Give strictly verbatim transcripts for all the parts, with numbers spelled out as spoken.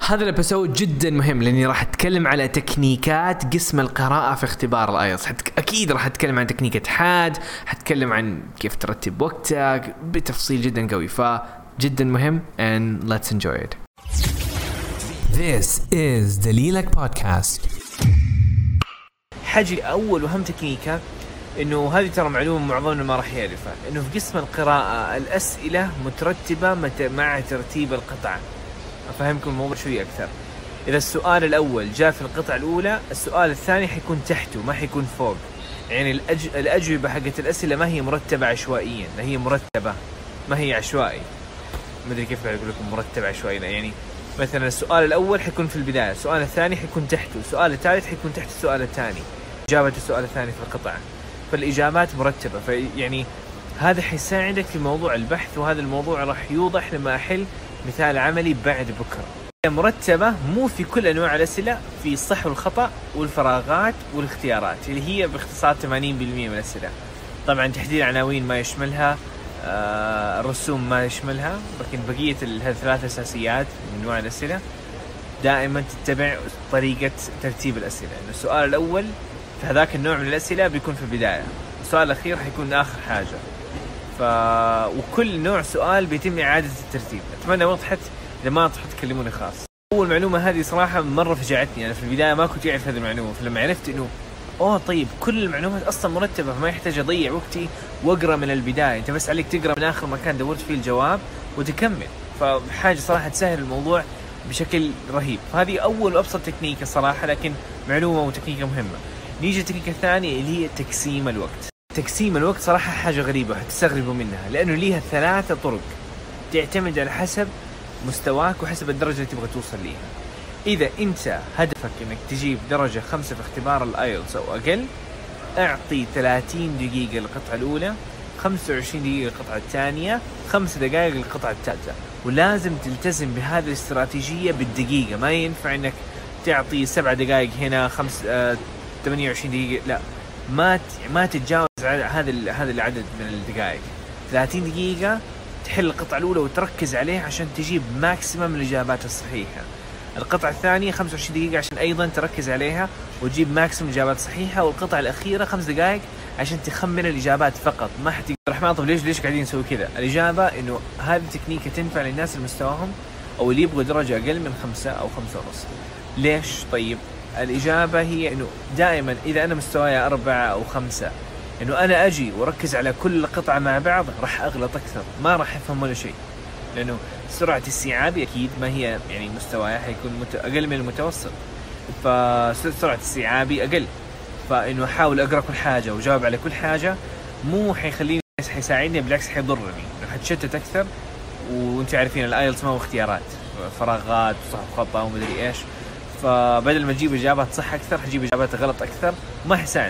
هذا الابيسود جدا مهم لاني راح اتكلم على تكنيكات قسم القراءة في اختبار الايلتس. اكيد راح اتكلم عن تكنيكة حاد، حتكلم عن كيف ترتب وقتك بتفصيل جدا قوي، فجدا مهم and let's enjoy it. This is دليلك بودكاست. حاجة أول وهم تكنيكة إنه هذه ترى معلومة معظمنا ما راح يعرفها، إنه في قسم القراءة الأسئلة مترتبة مع ترتيب القطعة. أفهمكم الموضوع شوي أكثر. إذا السؤال الأول جاء في القطعة الأولى، السؤال الثاني حيكون تحته ما حيكون فوق. يعني الأج... الأجوبة حقت الأسئلة ما هي مرتبة عشوائيا، لا هي مرتبة ما هي عشوائي. ما أدري كيف أقول لكم مرتب عشوائي، يعني مثلا السؤال الأول حيكون في البداية، السؤال الثاني حيكون تحته، السؤال الثالث حيكون تحت السؤال الثاني، إجابة السؤال الثاني في القطعة. فالإجابات مرتبة، فيعني هذا حيساعدك في موضوع البحث، وهذا الموضوع راح يوضح لما أحل مثال عملي بعد بكرة. مرتبة مو في كل أنواع الأسئلة، في الصح والخطأ والفراغات والاختيارات اللي هي باختصار ثمانين بالمئة من الأسئلة. طبعا تحديد العناوين ما يشملها، آه الرسوم ما يشملها، لكن بقية الثلاث أساسيات من أنواع الأسئلة دائما تتبع طريقة ترتيب الأسئلة. إنه السؤال الأول في هذاك النوع من الأسئلة بيكون في البداية، السؤال الأخير حيكون آخر حاجة. ف... وكل نوع سؤال بيتم إعادة الترتيب. أتمنى وضحت، إذا ما وضحت تكلموني خاص. أول معلومة هذه صراحة مرة فجعتني، أنا في البداية ما كنت أعرف هذه المعلومة، فلما عرفت إنه أوه طيب كل المعلومات أصلا مرتبة، فما يحتاج أضيع وقتي وأقرأ من البداية، أنت بس عليك تقرأ من آخر مكان دورت فيه الجواب وتكمل. فحاجة صراحة تسهل الموضوع بشكل رهيب. فهذه أول وأبسط تكنيكة صراحة، لكن معلومة وتكنيكة مهمة. نيجي التكنيكة الثانية اللي هي تقسيم الوقت. تقسيم الوقت صراحة حاجة غريبة هتستغربوا منها، لأنه ليها ثلاثة طرق تعتمد على حسب مستواك وحسب الدرجة اللي تبغى توصل ليها. إذا أنت هدفك إنك تجيب درجة خمسة في اختبار الآيلتس أو أقل، أعطي ثلاثين دقيقة للقطعة الأولى، خمسة وعشرين دقيقة للقطعة الثانية، خمس دقائق للقطعة الثالثة. ولازم تلتزم بهذه الاستراتيجية بالدقيقة. ما ينفع إنك تعطي سبع دقائق هنا، خمس آه ثمانية وعشرين دقيقة، لا، ما ما تتجاوز هذا هذا العدد من الدقائق. ثلاثين دقيقة تحل القطعة الأولى وتركز عليها عشان تجيب ماكسيمم الإجابات الصحيحة. القطعة الثانية خمسة وعشرين دقيقة عشان أيضا تركز عليها وتجيب ماكسيمم الإجابات الصحيحة. والقطعة الأخيرة خمس دقائق عشان تخمن الإجابات فقط. ما حتقدر رحمة الله ليش ليش قاعدين نسوي كذا؟ الإجابة إنه هذه التكنيكة تنفع للناس اللي مستواهم أو اللي يبغوا درجة أقل من خمسة أو خمسة ونص. ليش؟ طيب الإجابة هي إنه دائما إذا أنا مستواي أربعة أو خمسة، إنه أنا أجي وركز على كل قطعة مع بعض راح أغلط أكثر، ما راح أفهم ولا شيء. لأنه سرعة استيعابي أكيد ما هي يعني مستواي حيكون مت... أقل من المتوسط، فسرعة استيعابي أقل. فإنه أحاول أقرأ كل حاجة وجاوب على كل حاجة مو حيخليني، حيساعدني، بالعكس حيضرني، إنه حتشتت أكثر. وأنت عارفين الآيلتس ما هو اختيارات، فراغات وصح وخطأ ومدري إيش، فبدل ما تجيب إجابات صح أكثر حتجيب إجابات غلط أكثر، ما حيساعدك.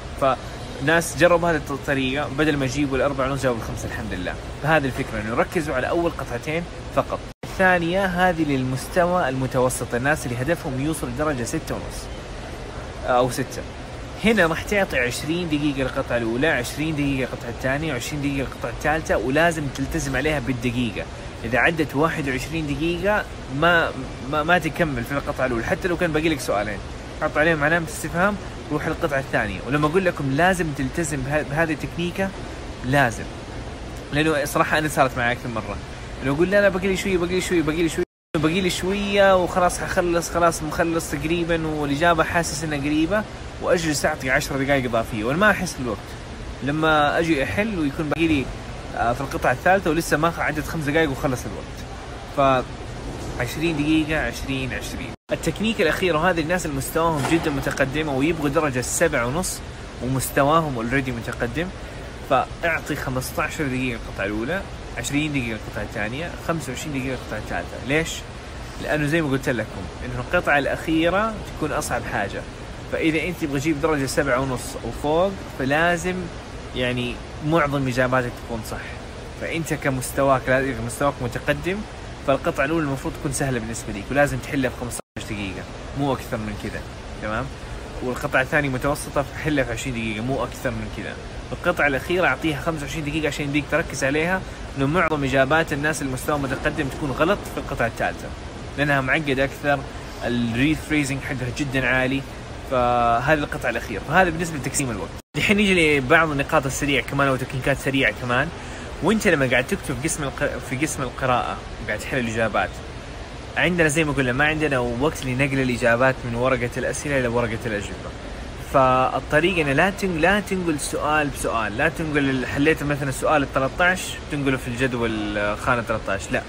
فناس جربوا هذه الطريقة، بدل ما يجيبوا الأربعة ونص جاوبوا الخمسة الحمد لله. فهذه الفكرة، إنه ركزوا على أول قطعتين فقط. الثانية هذه للمستوى المتوسط، الناس اللي هدفهم يوصل لدرجة ستة ونص أو ستة. هنا راح تعطي عشرين دقيقة القطعة الأولى، عشرين دقيقة القطعة الثانية، وعشرين دقيقة القطعة الثالثة، ولازم تلتزم عليها بالدقيقة. إذا عدت واحد وعشرين دقيقة ما ما ما تكمل في القطعة الأولى، حتى لو كان باقي لك سؤالين حط عليهم علامة استفهام روح القطعة الثانية. ولما أقول لكم لازم تلتزم بهذه التكنيكة، لازم، لأنه صراحة أنا صارت معي أكثر مرة، لو أقول لا لا باقي لي شوية باقي لي شوية باقي لي شوية باقي لي شوية وخلاص حخلص، خلاص مخلص تقريبا، والإجابة حاسس إنها قريبة، وأجلس أعطي عشر دقائق إضافية وأنا ما أحس بالوقت. لما أجي أحل ويكون باقي لي في القطعة الثالثة ولسه ما عدت خمس دقائق وخلص الوقت. ف عشرين دقيقة عشرين عشرين. التكنيك الأخير، وهذه الناس المستواهم جدا متقدمة ويبغوا درجة سبعة ونص ومستواهم already متقدم، فاعطي خمسة عشر دقيقة القطعة الأولى، عشرين دقيقة القطعة الثانية، خمسة وعشرين دقيقة القطعة الثالثة. ليش؟ لأنه زي ما قلت لكم إنه القطعة الأخيرة تكون أصعب حاجة. فإذا أنت تبغى تجيب درجة سبعة ونص أو فوق، فلازم يعني معظم إجاباتك تكون صح. فأنت كمستواك لازم مستواك متقدم، فالقطعة الأولى المفروض تكون سهلة بالنسبة لك ولازم تحلها في خمسة عشر دقيقة مو أكثر من كذا، تمام؟ والقطعة الثانية متوسطة فحلها في عشرين دقيقة مو أكثر من كذا. القطعة الأخيرة أعطيها خمسة وعشرين دقيقة عشان يديك تركز عليها، إنه معظم إجابات الناس المستوى متقدم تكون غلط في القطعة الثالثة. لأنها معقدة أكثر، الريفريزنج حقها جدا عالي. فهذه القطعة الأخيرة. فهذا بالنسبة لتقسيم الوقت. الحين نيجي لبعض النقاط السريعة كمان أو تكنيكات سريعة كمان. وانت لما قاعد تكتب قسم الق... في قسم القراءة قاعد تحل الإجابات، عندنا زي ما قلنا ما عندنا وقت لنقل الإجابات من ورقة الأسئلة إلى ورقة الأجوبة. فالطريقة إن لا تنقل لا تنقل سؤال بسؤال، لا تنقل حليت مثلا السؤال الثلاثة عشر تنقله في الجدول خانة ثلاثة عشر، لا،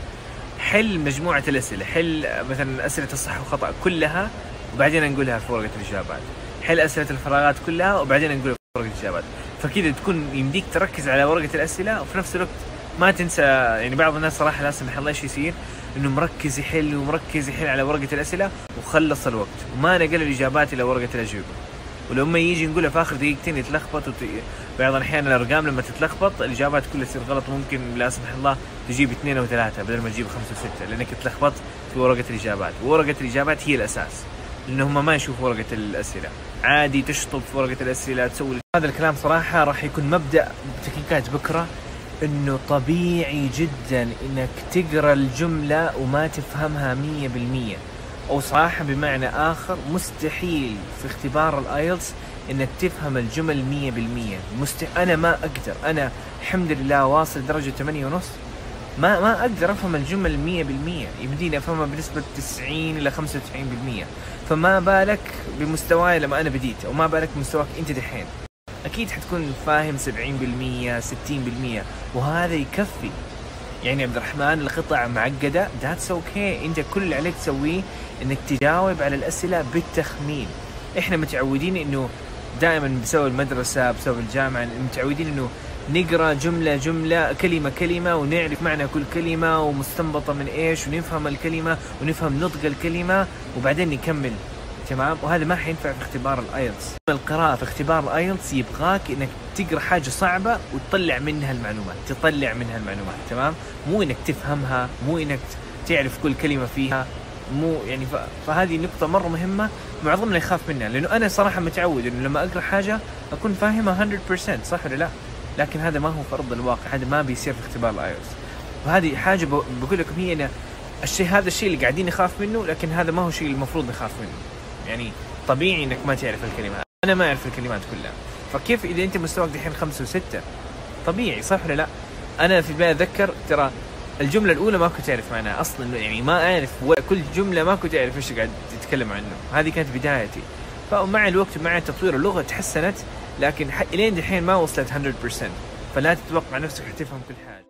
حل مجموعة الأسئلة، حل مثلا أسئلة الصح والخطأ كلها وبعدين نقولها في ورقة الإجابات، حل أسئلة الفراغات كلها وبعدين نقولها في ورقة الإجابات. فكذا تكون يمديك تركز على ورقة الأسئلة وفي نفس الوقت ما تنسى. يعني بعض الناس صراحة لا سمح الله ايش يصير انه مركز يحل ومركز يحل على ورقة الأسئلة وخلص الوقت وما نقل الإجابات إلى ورقة الأجوبة، ولما يجي نقولها في آخر دقيقتين يتلخبط. وت... بعض الأحيان الأرقام لما تتلخبط الإجابات كلها تصير غلط، ممكن لا سمح الله تجيب اثنين أو ثلاثة بدل ما تجيب خمسة وستة لأنك تلخبطت في ورقة الإجابات. وورقة الإجابات هي الأساس لأنه هم ما يشوفوا ورقة الأسئلة، عادي تشطب في ورقة الأسئلة تسوي هذا الكلام. صراحة راح يكون مبدأ تكنيكات بكرة إنه طبيعي جدا إنك تقرأ الجملة وما تفهمها مية بالمية، أو صراحة بمعنى آخر مستحيل في اختبار الآيلتس إنك تفهم الجمل مية بالمية. مستحيل. أنا ما أقدر، أنا الحمد لله واصل درجة ثمانية ونص، ما ما أقدر أفهم الجمل مية بالمية، يمديني أفهمها بنسبة تسعين إلى خمسة وتسعين بالمية. فما بالك بمستواي لما أنا بديت، أو ما بالك بمستواك أنت دحين، أكيد حتكون فاهم سبعين بالمية ستين بالمية، وهذا يكفي. يعني عبد الرحمن القطع معقدة، that's okay. أنت كل اللي عليك تسويه إنك تجاوب على الأسئلة بالتخمين. إحنا متعودين إنه دائما بسبب المدرسة بسبب الجامعة متعودين إنه نقرأ جملة جملة كلمة كلمة ونعرف معنى كل كلمة ومستنبطة من إيش ونفهم الكلمة ونفهم نطق الكلمة وبعدين نكمل، تمام؟ وهذا ما حينفع في اختبار الآيلتس. القراءة في اختبار الآيلتس يبغاك إنك تقرأ حاجة صعبة وتطلع منها المعلومات، تطلع منها المعلومات، تمام؟ مو إنك تفهمها، مو إنك تعرف كل كلمة فيها، مو يعني ف... فهذه نقطة مرة مهمة معظمنا يخاف منها، لأنه أنا صراحة متعود إنه لما أقرأ حاجة أكون فاهمها مية بالمية، صح ولا لا؟ لكن هذا ما هو فرض الواقع، هذا ما بيصير في اختبار الآيلتس. وهذه حاجة ب... بقول لكم هي أنا الشيء هذا الشيء اللي قاعدين نخاف منه، لكن هذا ما هو شيء المفروض نخاف منه. يعني طبيعي إنك ما تعرف الكلمات، أنا ما أعرف الكلمات كلها، فكيف إذا أنت مستواك دحين خمسة وستة؟ طبيعي، صح ولا لا؟ أنا في البداية أتذكر ترى الجملة الأولى ما كنت أعرف معناها أصلاً، يعني ما أعرف كل جملة، ما كنت أعرف إيش قاعد تتكلم عنه. هذه كانت بدايتي. فمع الوقت مع تطوير اللغة تحسنت، لكن إلين دحين ما وصلت مية بالمية. فلا تتوقع نفسك حتفهم كل حاجة.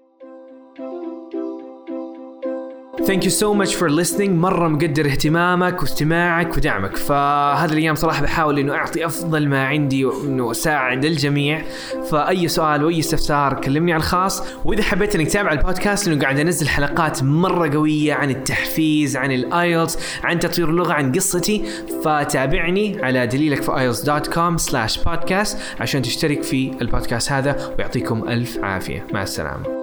Thank you so much for listening. مرة مقدر اهتمامك واستماعك ودعمك. فهذا الأيام صراحة بحاول إنه أعطي أفضل ما عندي وإنه أساعد الجميع. فأي سؤال وأي استفسار كلمني على الخاص. وإذا حبيت إنك تتابع البودكاست إنه قاعد أنزل حلقات مرة قوية عن التحفيز، عن الآيلتس، عن تطوير اللغة، عن قصتي، فتابعني على دليلك في آيلتس دوت كوم سلاش بودكاست عشان تشترك في البودكاست هذا. ويعطيكم ألف عافية. مع السلامة.